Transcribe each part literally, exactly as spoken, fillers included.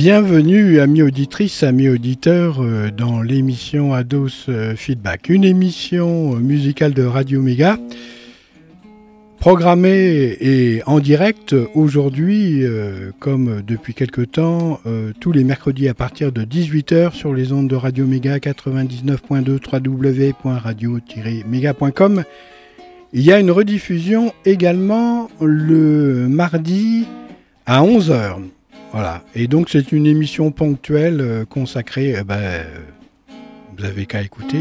Bienvenue, amis auditrices, amis auditeurs, euh, dans l'émission Ados euh, Feedback, une émission euh, musicale de Radio Méga, programmée et en direct aujourd'hui, euh, comme depuis quelque temps, euh, tous les mercredis à partir de dix-huit heures sur les ondes de Radio Méga quatre-vingt-dix-neuf point deux, w w w point radio tiret méga point com. Il y a une rediffusion également le mardi à onze heures. Voilà, et donc c'est une émission ponctuelle euh, consacrée, euh, bah, euh, vous avez qu'à écouter.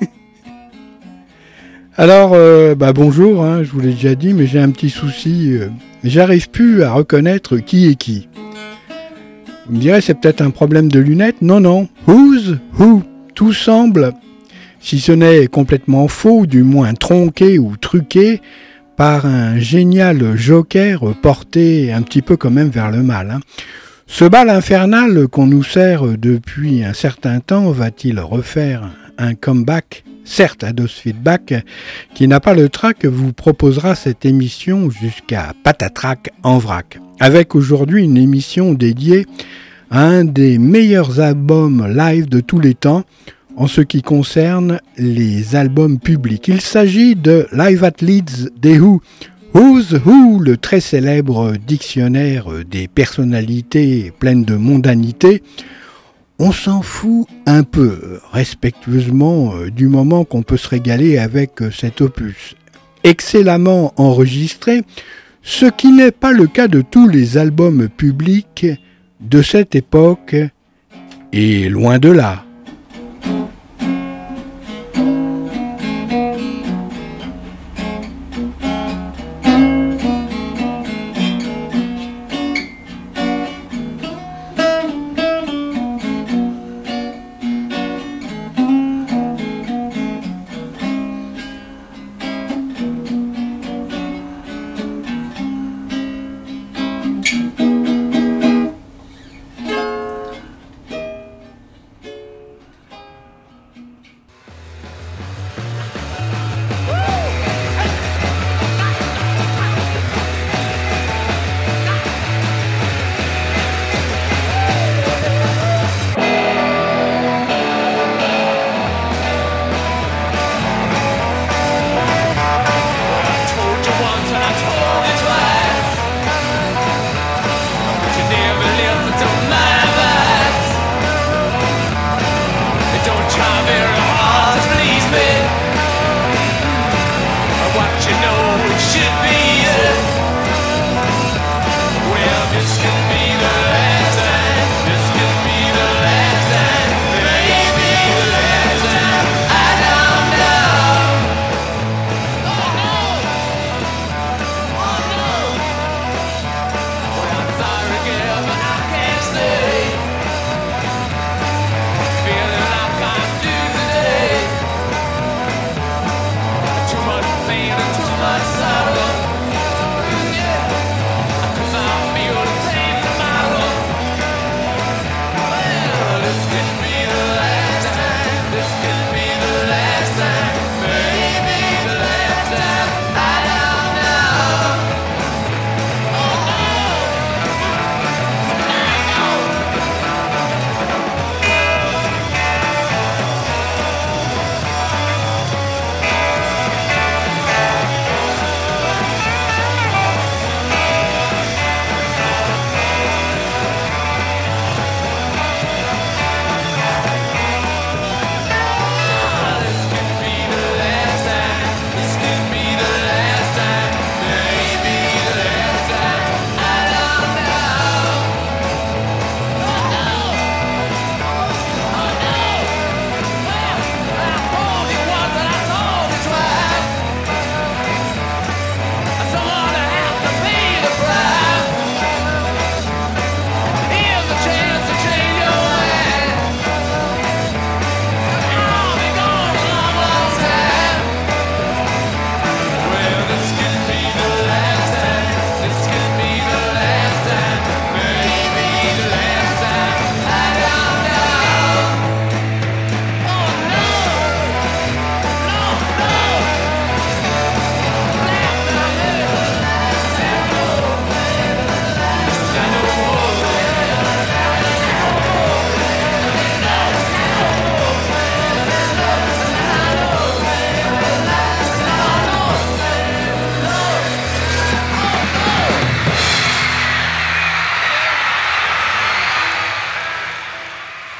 Alors, euh, bah, bonjour, hein, je vous l'ai déjà dit, mais j'ai un petit souci, euh, j'arrive plus à reconnaître qui est qui. Vous me direz, c'est peut-être un problème de lunettes. Non, non, who's who, tout semble, si ce n'est complètement faux, du moins tronqué ou truqué, par un génial joker porté un petit peu quand même vers le mal. Hein. Ce bal infernal qu'on nous sert depuis un certain temps va-t-il refaire un comeback ? Certes, Ados Feedback, qui n'a pas le trac, vous proposera cette émission jusqu'à patatrac en vrac. Avec aujourd'hui une émission dédiée à un des meilleurs albums live de tous les temps, en ce qui concerne les albums publics. Il s'agit de Live at Leeds des Who. Who's Who, le très célèbre dictionnaire des personnalités pleines de mondanité. On s'en fout un peu, respectueusement, du moment qu'on peut se régaler avec cet opus. Excellemment enregistré, ce qui n'est pas le cas de tous les albums publics de cette époque, et loin de là.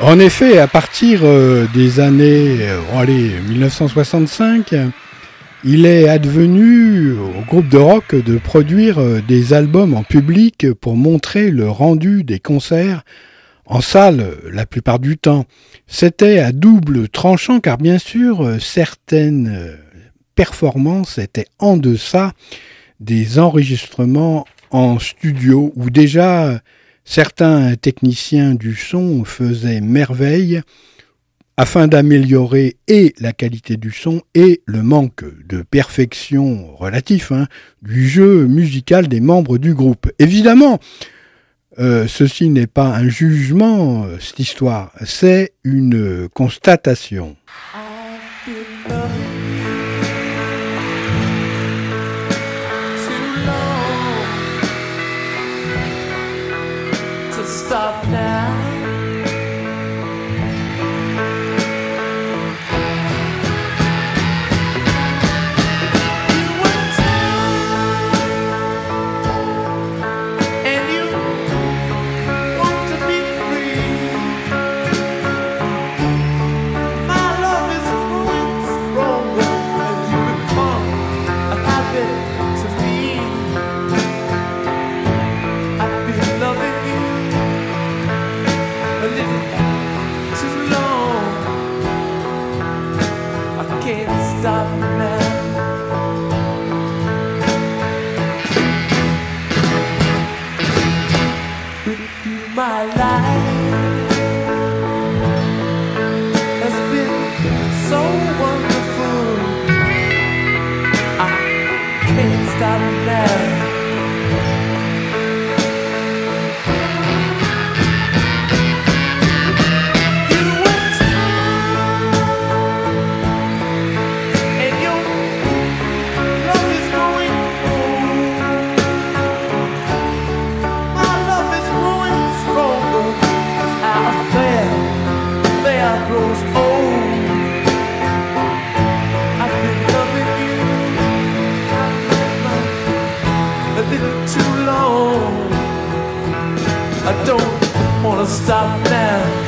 En effet, à partir euh, des années euh, allez, dix-neuf cent soixante-cinq, il est advenu au groupe de rock de produire euh, des albums en public pour montrer le rendu des concerts en salle la plupart du temps. C'était à double tranchant car bien sûr euh, certaines euh, performances étaient en deçà des enregistrements en studio où déjà certains techniciens du son faisaient merveille afin d'améliorer et la qualité du son et le manque de perfection relatif hein, du jeu musical des membres du groupe. Évidemment, euh, ceci n'est pas un jugement, euh, cette histoire, c'est une constatation. Stop now. You were tired and you want to be free. My love is growing stronger as you become a habit to me. I've been loving you a little too long. I can't stop now. With you, my life has been so wonderful. I can't stop now. I don't wanna stop now.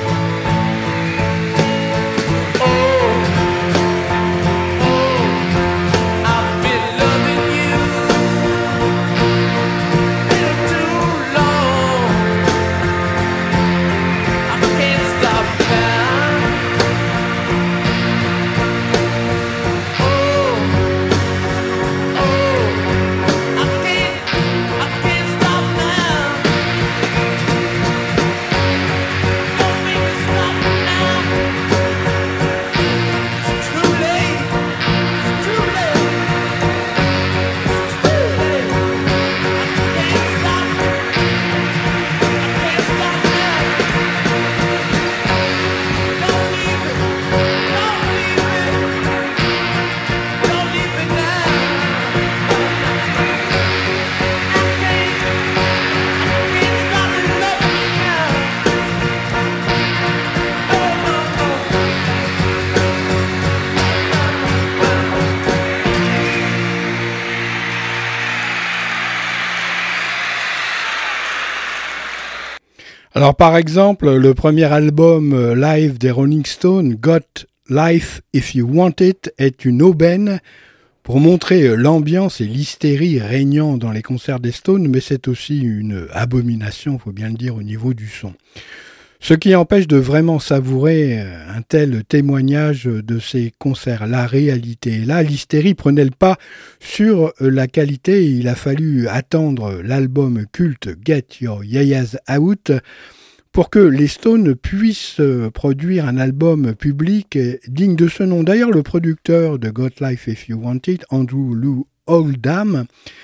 Alors par exemple, le premier album live des Rolling Stones, Got Life If You Want It, est une aubaine pour montrer l'ambiance et l'hystérie régnant dans les concerts des Stones, mais c'est aussi une abomination, il faut bien le dire, au niveau du son. Ce qui empêche de vraiment savourer un tel témoignage de ces concerts. La réalité est là, l'hystérie prenait le pas sur la qualité. Il a fallu attendre l'album culte Get Your Yayas Out pour que les Stones puissent produire un album public digne de ce nom. D'ailleurs, le producteur de Got Life If You Want It, Andrew Lou Oldham,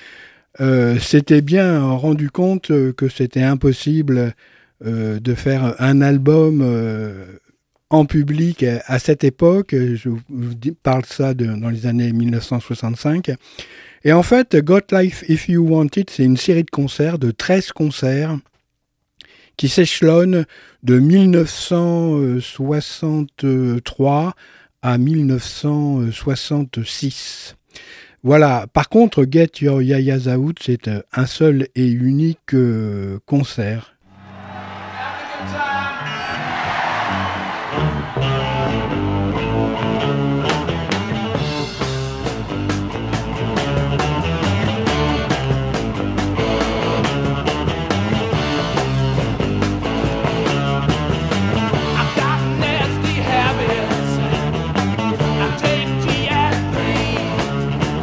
euh, s'était bien rendu compte que c'était impossible Euh, de faire un album euh, en public à cette époque. Je vous parle ça de, dans les années dix-neuf cent soixante-cinq. Et en fait, Got Life If You Want It, c'est une série de concerts, de treize concerts, qui s'échelonnent de dix-neuf cent soixante-trois à dix-neuf cent soixante-six. Voilà. Par contre, Get Your Yayas Out, c'est un seul et unique euh, concert. Time.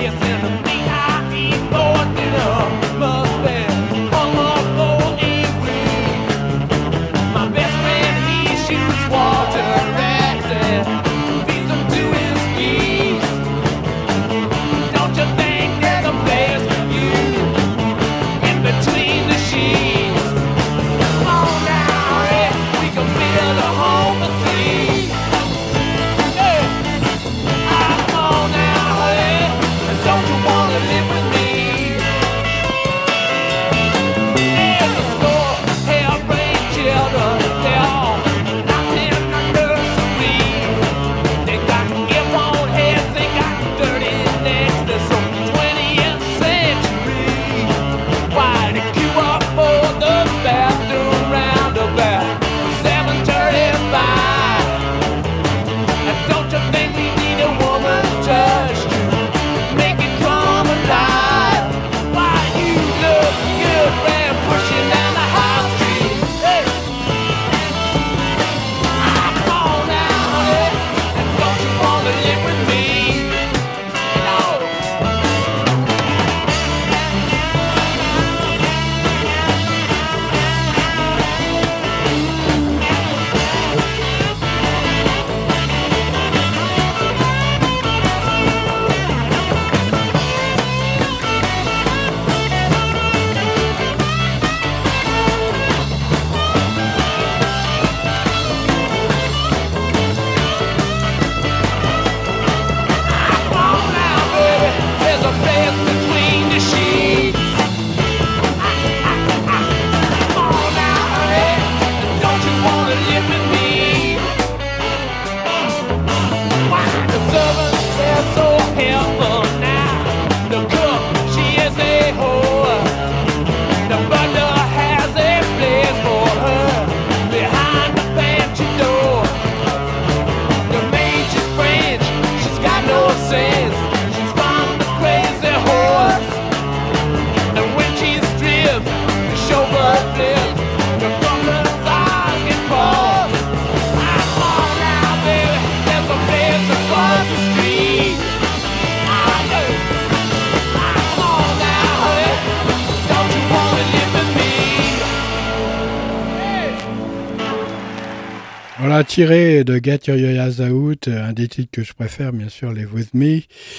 Voilà, tiré de Get Your Eyes Out, un des titres que je préfère, bien sûr, Live With Me.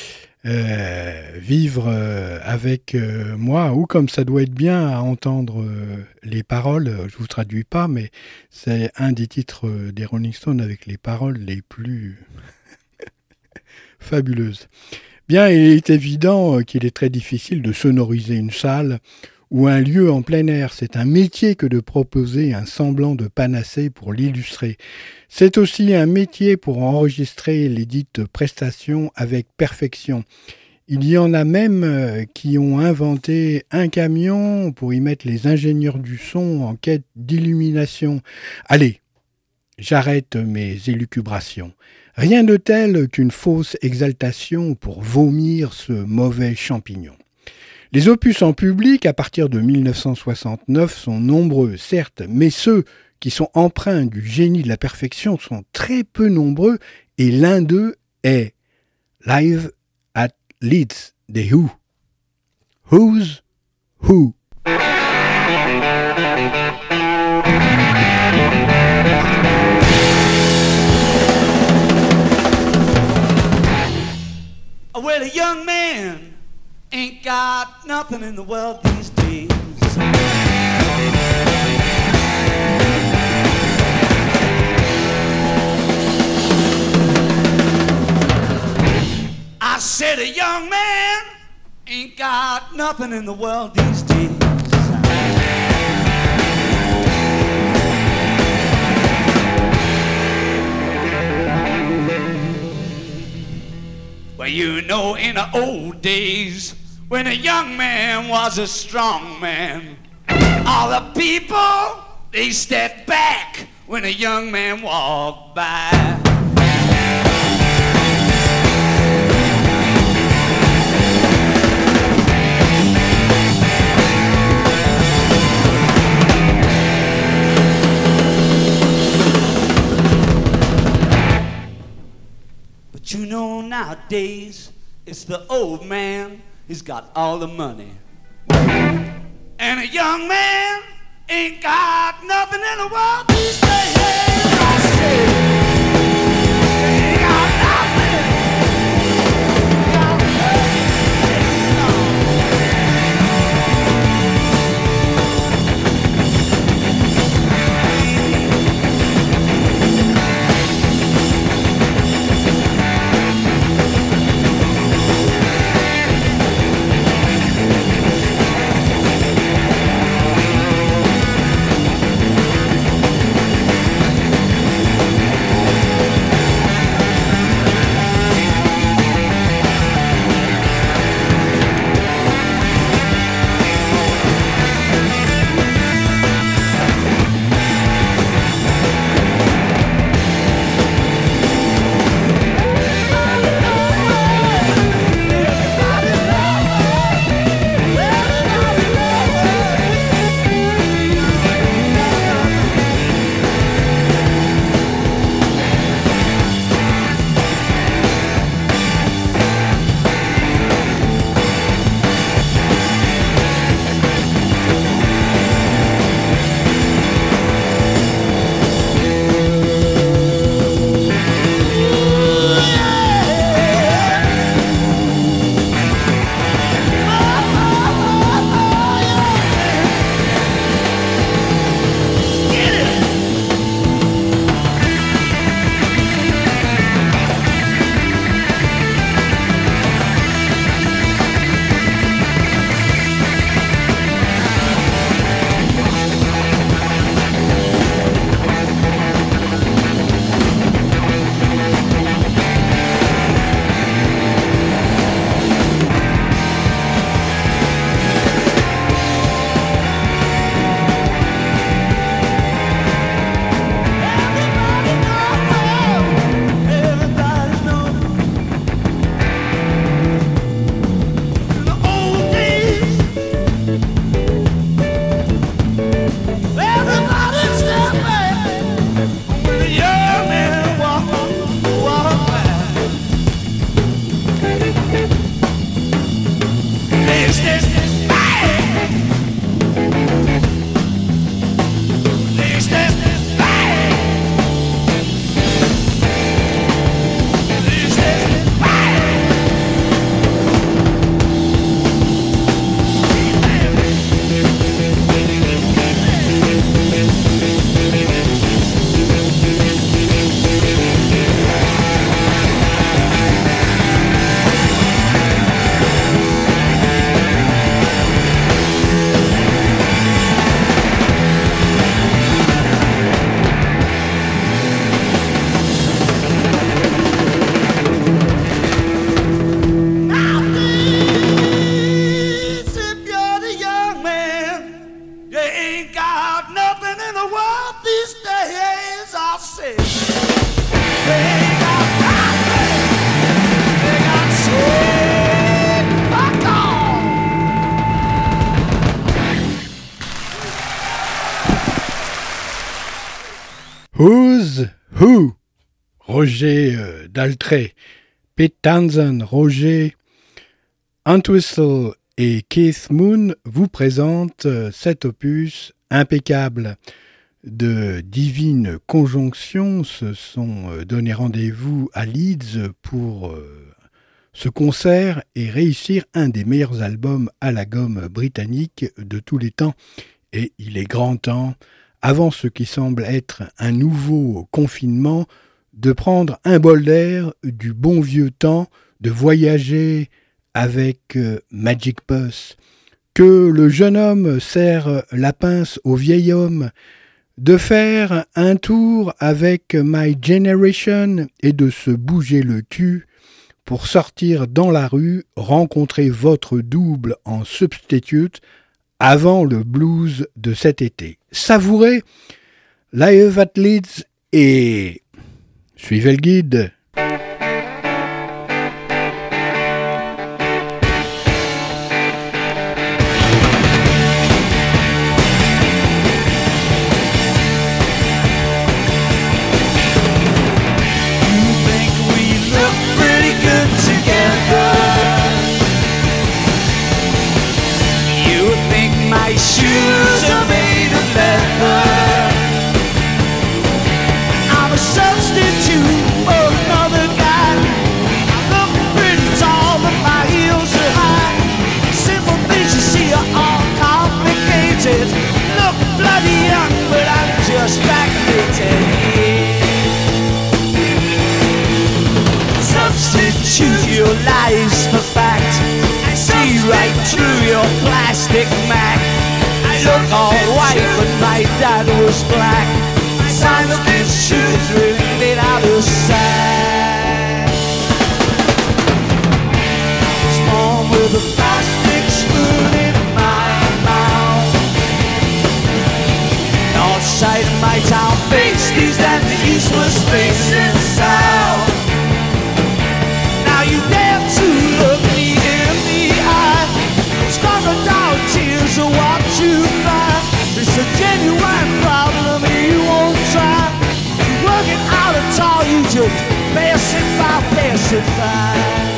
Euh, vivre euh, avec euh, moi, ou comme ça doit être bien à entendre euh, les paroles, je vous traduis pas, mais c'est un des titres euh, des Rolling Stones avec les paroles les plus fabuleuses. Bien, il est évident euh, qu'il est très difficile de sonoriser une salle ou un lieu en plein air. C'est un métier que de proposer un semblant de panacée pour l'illustrer. C'est aussi un métier pour enregistrer les dites prestations avec perfection. Il y en a même qui ont inventé un camion pour y mettre les ingénieurs du son en quête d'illumination. Allez, j'arrête mes élucubrations. Rien de tel qu'une fausse exaltation pour vomir ce mauvais champignon. Les opus en public à partir de mille neuf cent soixante-neuf sont nombreux, certes, mais ceux qui sont empreints du génie de la perfection sont très peu nombreux et l'un d'eux est Live at Leeds des Who. Who's Who? Well, a young man ain't got nothing in the world these days. I said a young man ain't got nothing in the world these days. Well, you know, in the old days, when a young man was a strong man, all the people, they stepped back when a young man walked by. But you know, nowadays, It's the old man, he's got all the money. And a young man ain't got nothing in the world these days. I say, they ain't got nothing. Got nothing. Who's Who? Roger euh, Daltrey, Pete Townshend, Roger Entwistle et Keith Moon vous présentent euh, cet opus impeccable de Divine Conjonction. Se sont euh, donné rendez-vous à Leeds pour euh, ce concert et réussir un des meilleurs albums à la gomme britannique de tous les temps. Et il est grand temps, avant ce qui semble être un nouveau confinement, de prendre un bol d'air du bon vieux temps, de voyager avec euh, Magic Bus, que le jeune homme serre la pince au vieil homme, de faire un tour avec My Generation et de se bouger le cul pour sortir dans la rue, rencontrer votre double en substitute avant le blues de cet été. Savourez Live at Leeds et suivez le guide. You think we look pretty good together? My shoes are made of leather. I'm a substitute for another guy. I look pretty tall, but my heels are high. Simple things you see are all complicated. Look bloody young, but I'm just backdated. Substitute your lies for fact. I see right through your plastic Mac. I look all white, but my dad was black. My Simon shoes really made out of sand. Small with a plastic spoon in my mouth. North side of my town faced east and the east was facing south. Now you dare to look me in the eye. Those crocodile tears are what you find. It's a genuine problem and you won't try. You work it out at all, you just pass it by, pass it by.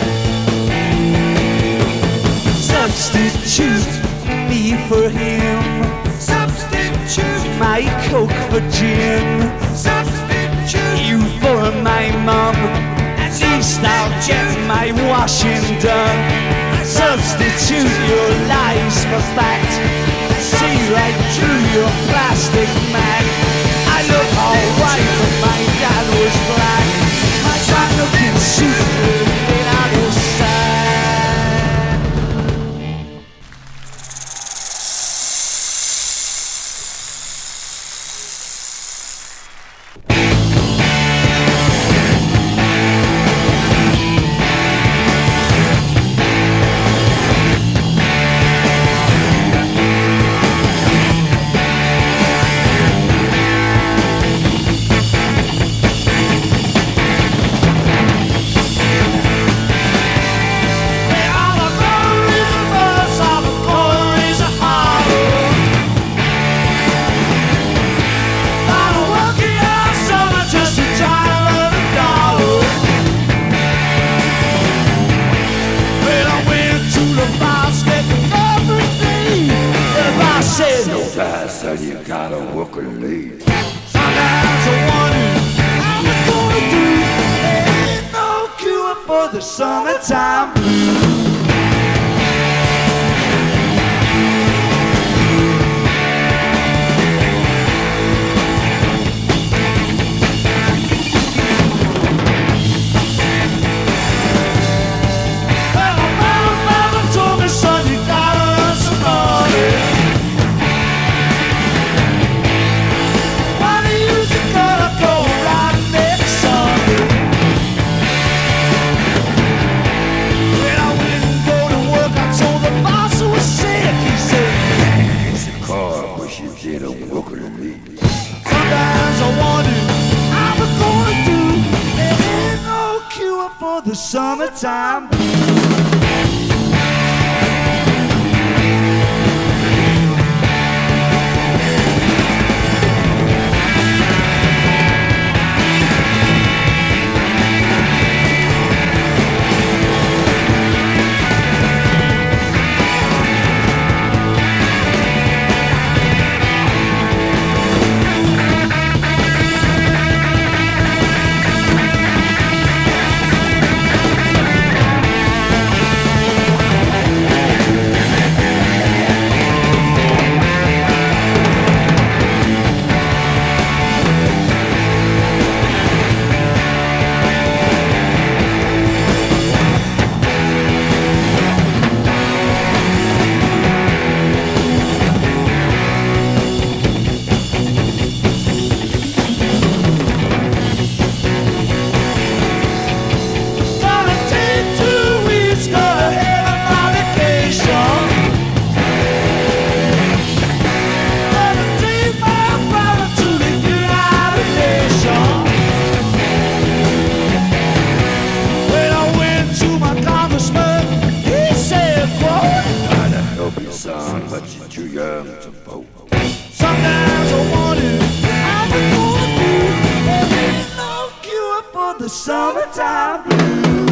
Substitute me for him. Substitute my Coke for gin. Substitute you for my mum. At least I'll get my washing done. Substitute your lies for fact. See right through your plastic Mac. I look all white, but my dad was black. My son looking super made out of sand. You gotta work a lead. Sometimes I wonder how we're gonna do. There ain't no cure for the summertime blues. Well, my mama told me, son, you gotta earn some money. Sometimes I wonder how we're gonna do. There ain't no cure for the summertime. the summertime blues.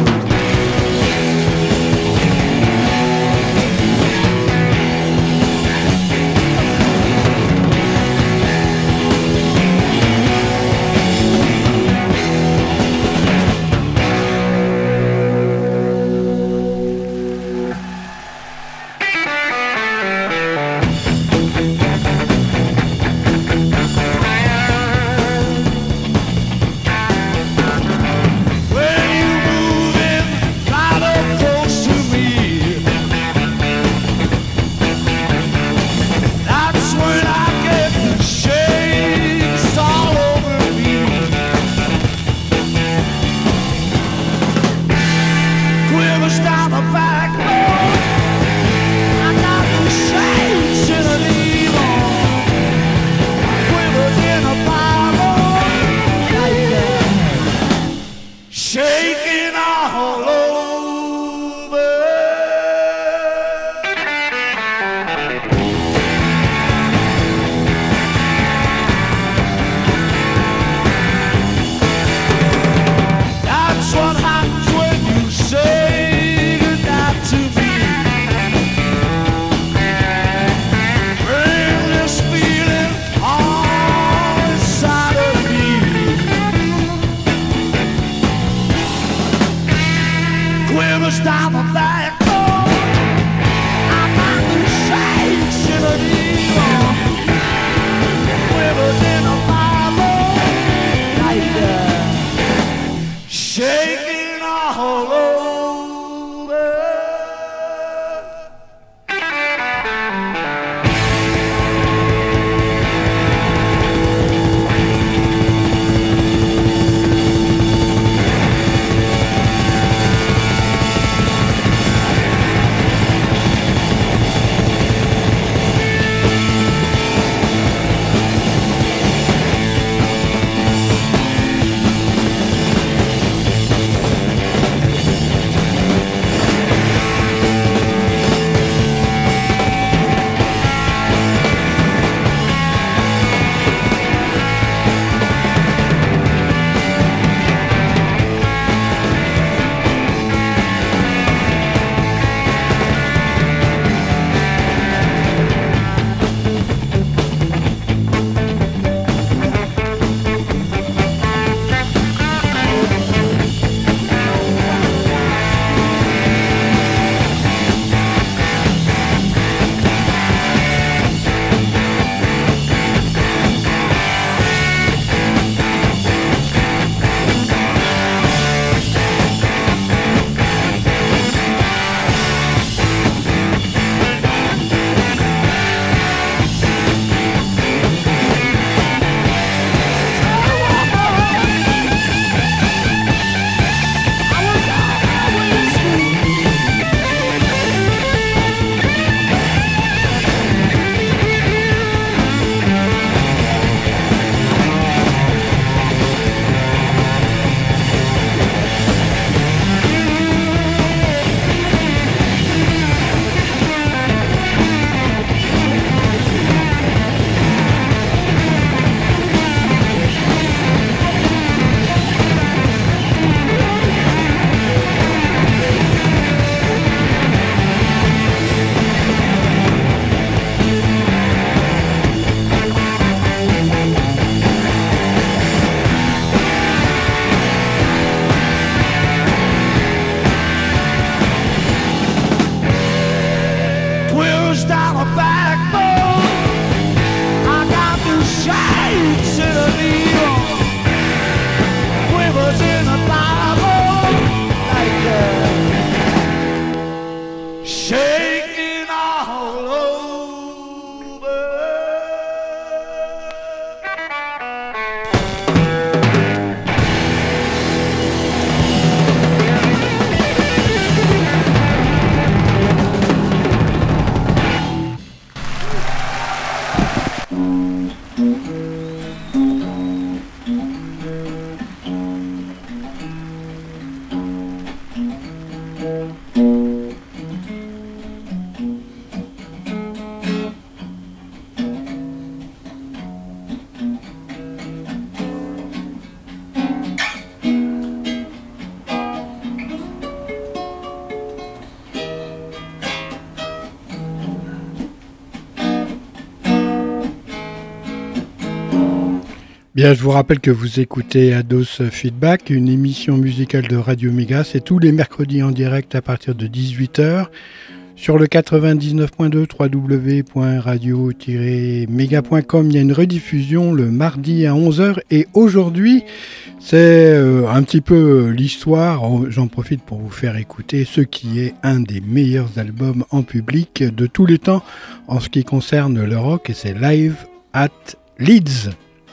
Bien, je vous rappelle que vous écoutez Ados Feedback, une émission musicale de Radio Méga. C'est tous les mercredis en direct à partir de dix-huit heures sur le quatre-vingt-dix-neuf point deux w w w point radio tiret méga point com. Il y a une rediffusion le mardi à onze heures et aujourd'hui, c'est euh, un petit peu l'histoire. J'en profite pour vous faire écouter ce qui est un des meilleurs albums en public de tous les temps en ce qui concerne le rock, et c'est Live at Leeds.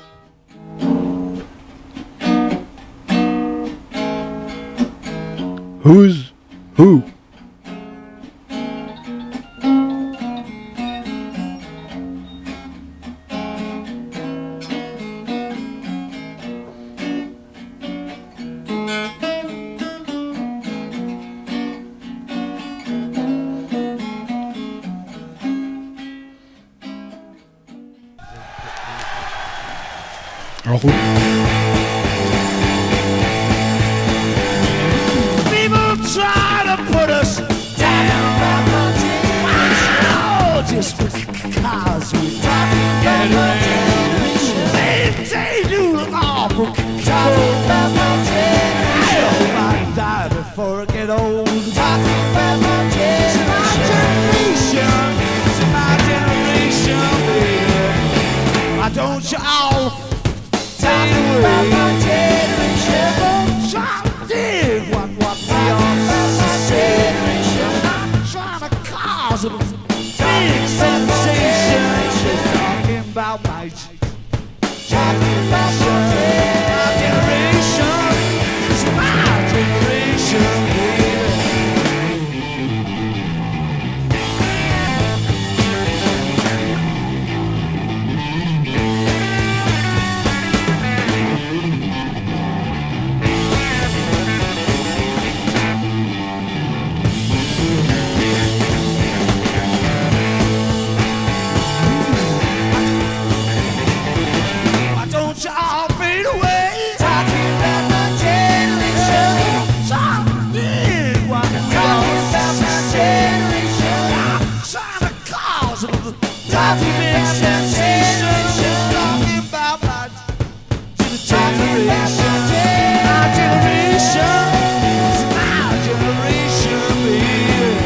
Who's Who? En route. Just because we talk about my generation, they, they do look awful. Talk about my generation, I hope I die before I get old. Talk about my generation, it's my generation, baby. Why don't you all talk about my generation? Try to dig what what we all say. I'm trying to cause it. Big sensation, she's talking about my talking about my generation, it's my generation, baby. All fade away. Talking about my generation. Something what talking about my generation. I'm trying to cause a talking big sensation. Talking about my generation. My generation. It's my generation, baby.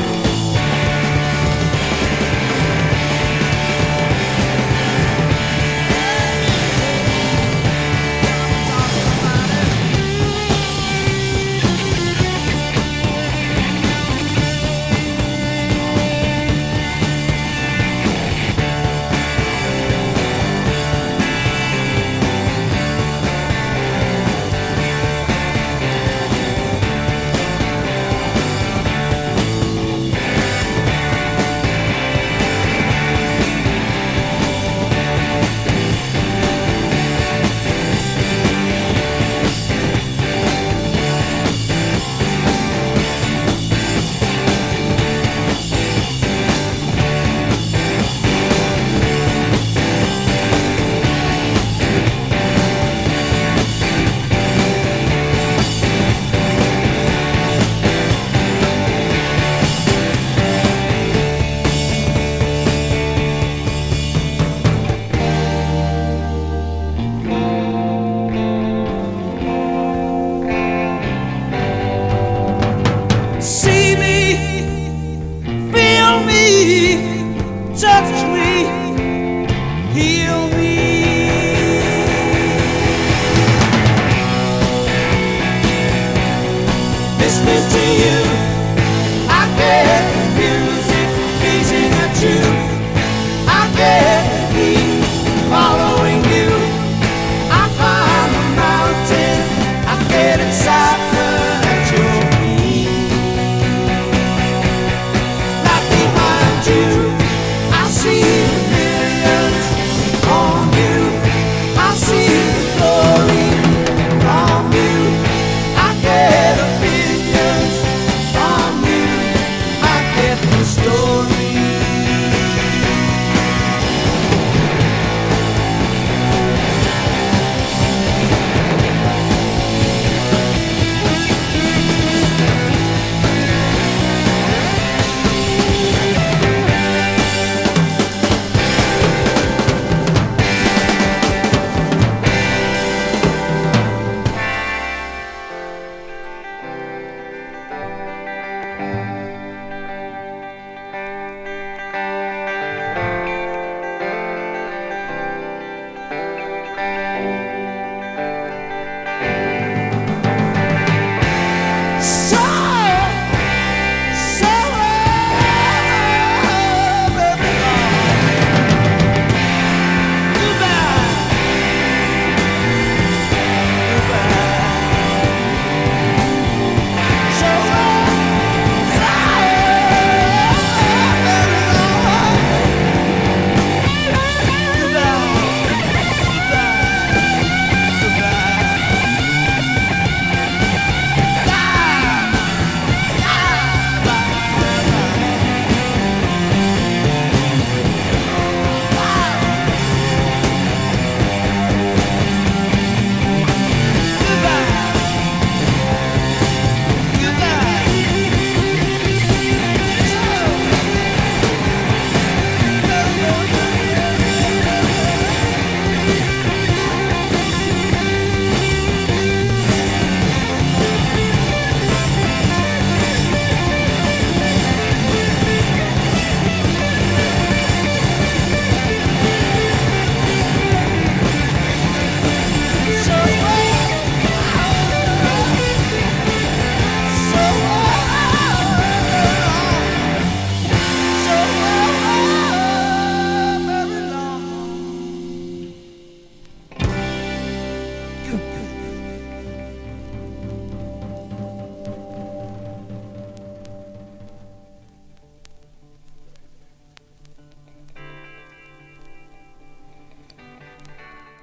See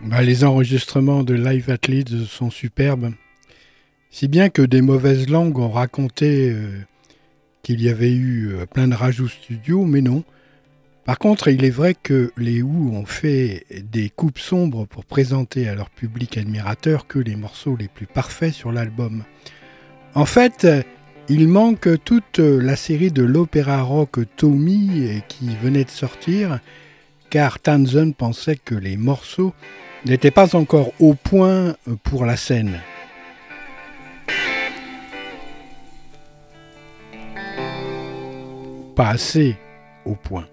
Bah, les enregistrements de Live at Leeds sont superbes. Si bien que des mauvaises langues ont raconté euh, qu'il y avait eu euh, plein de rajouts studio, mais non. Par contre, il est vrai que les Who ont fait des coupes sombres pour présenter à leur public admirateur que les morceaux les plus parfaits sur l'album. En fait, il manque toute la série de l'opéra rock Tommy qui venait de sortir, car Townshend pensait que les morceaux n'étaient pas encore au point pour la scène. Pas assez au point.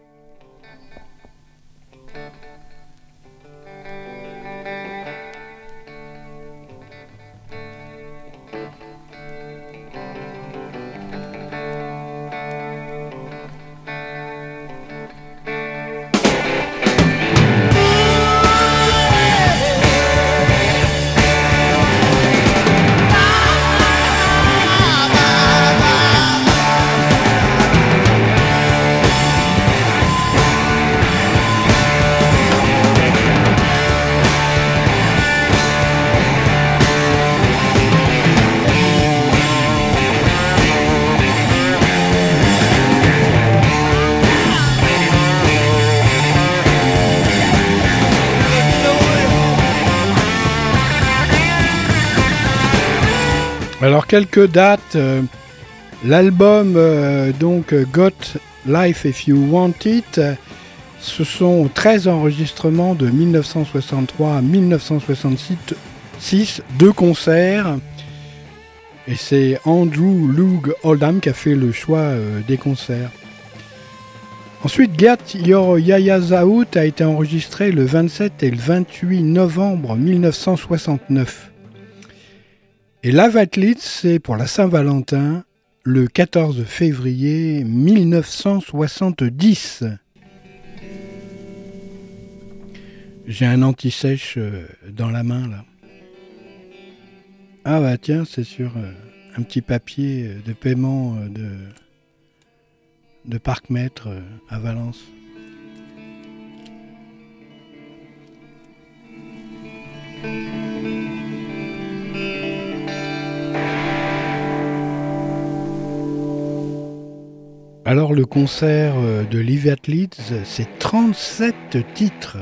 Alors quelques dates, euh, l'album euh, donc Got Life If You Want It, euh, ce sont treize enregistrements de dix-neuf cent soixante-trois à dix-neuf cent soixante-six, deux concerts, et c'est Andrew Loog Oldham qui a fait le choix euh, des concerts. Ensuite, Get Your Yayas Out a été enregistré le vingt-sept et le vingt-huit novembre dix-neuf cent soixante-neuf. Et Live at Leeds, c'est pour la Saint-Valentin, le quatorze février dix-neuf cent soixante-dix. J'ai un anti-sèche dans la main, là. Ah bah tiens, c'est sur un petit papier de paiement de, de parc-mètre à Valence. Alors le concert de Live at Leeds, c'est trente-sept titres.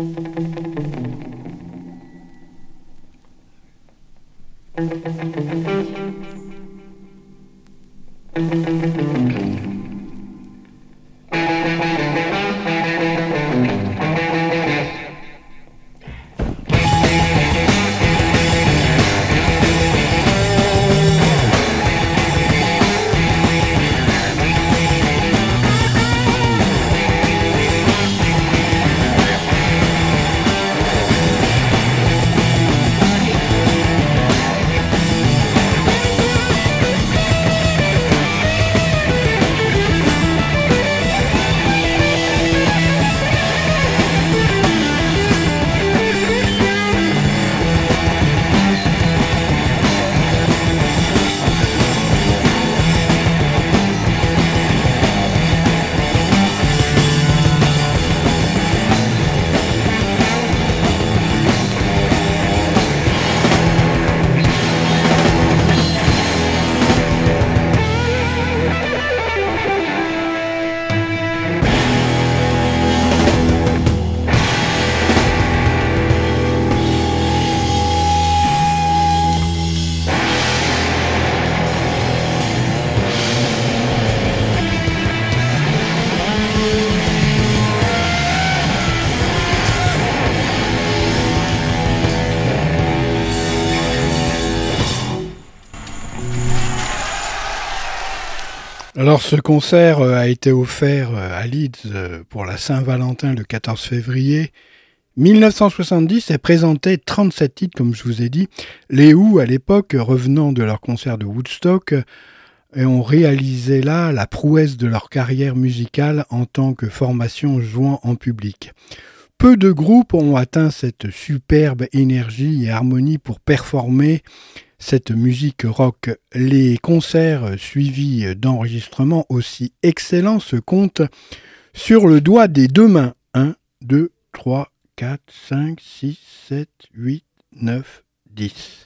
Alors ce concert a été offert à Leeds pour la Saint-Valentin le quatorze février mille neuf cent soixante-dix et présentait trente-sept titres comme je vous ai dit. Les Who à l'époque, revenant de leur concert de Woodstock, ont réalisé là la prouesse de leur carrière musicale en tant que formation jouant en public. Peu de groupes ont atteint cette superbe énergie et harmonie pour performer cette musique rock. Les concerts suivis d'enregistrements aussi excellents se comptent sur le doigt des deux mains. un, deux, trois, quatre, cinq, six, sept, huit, neuf, dix.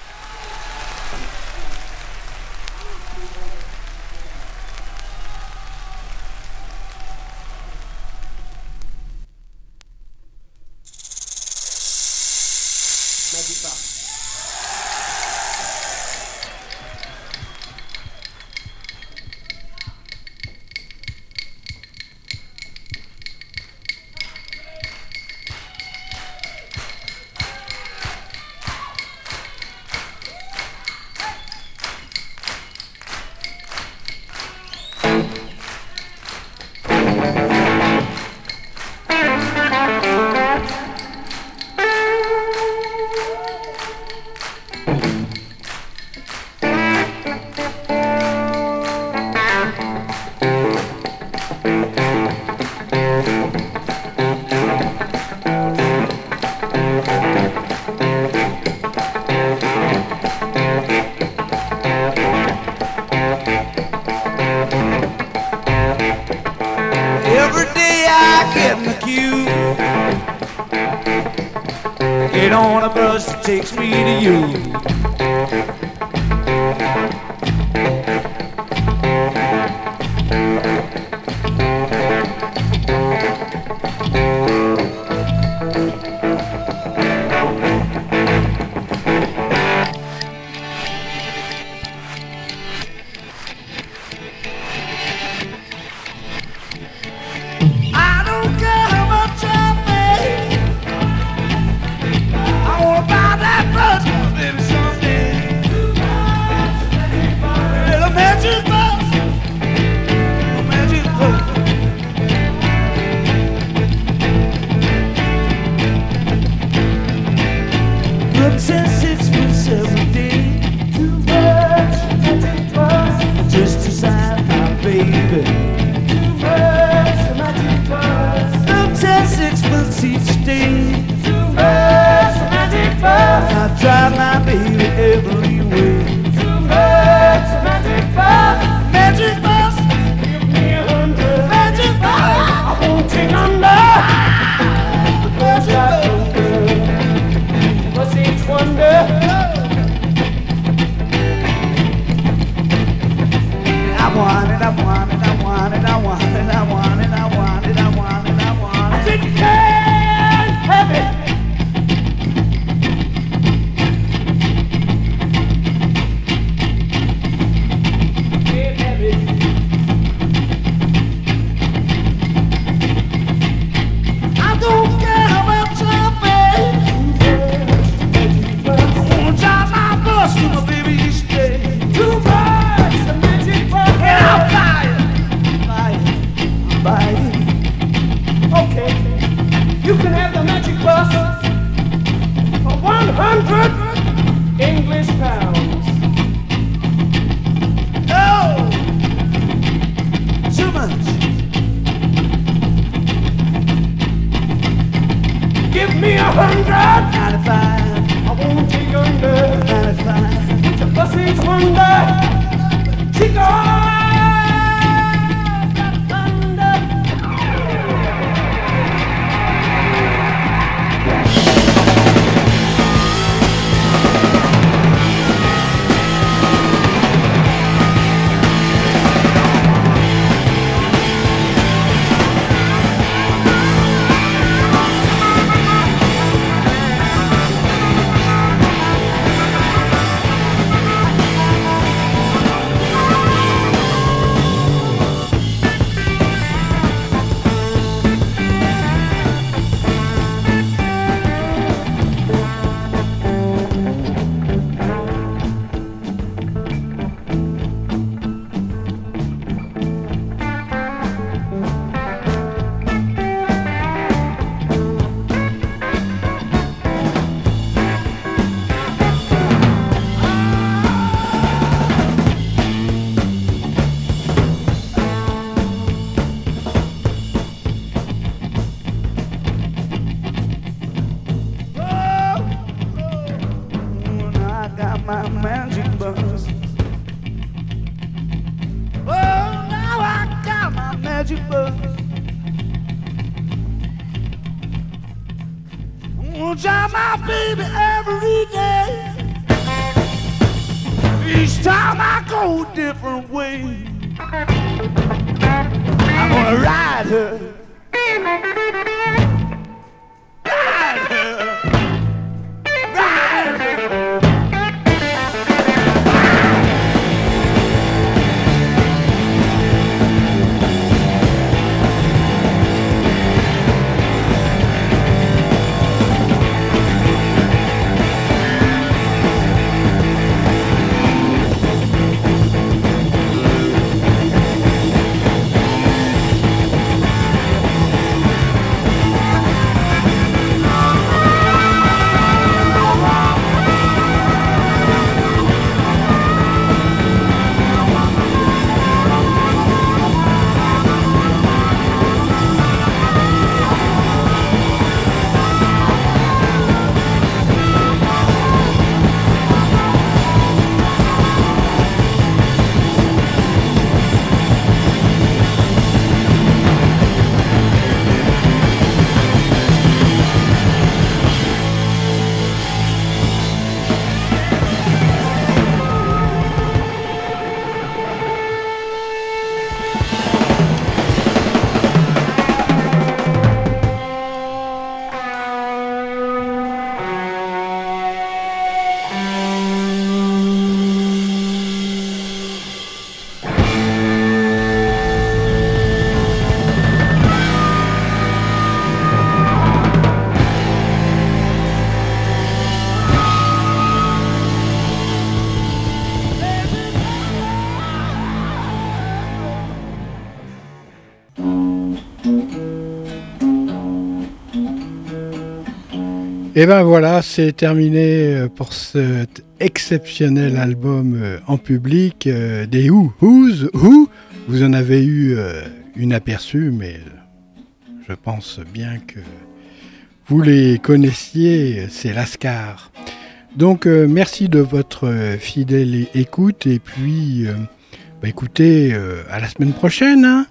Takes me to you. Someday You can have the magic bus for one hundred English pounds. Oh, too much. Give me a hundred. ninety-five. I won't take under. ninety-five. It's a bus is wonder. Chico. Et ben voilà, c'est terminé pour cet exceptionnel album en public des Who. Who's Who. Vous en avez eu une aperçue, mais je pense bien que vous les connaissiez, c'est Lascar. Donc euh, merci de votre fidèle écoute et puis euh, bah, écoutez, euh, à la semaine prochaine. Hein.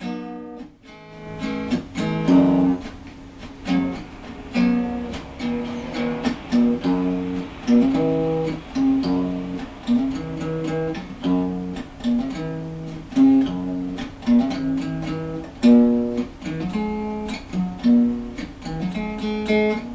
Thank you.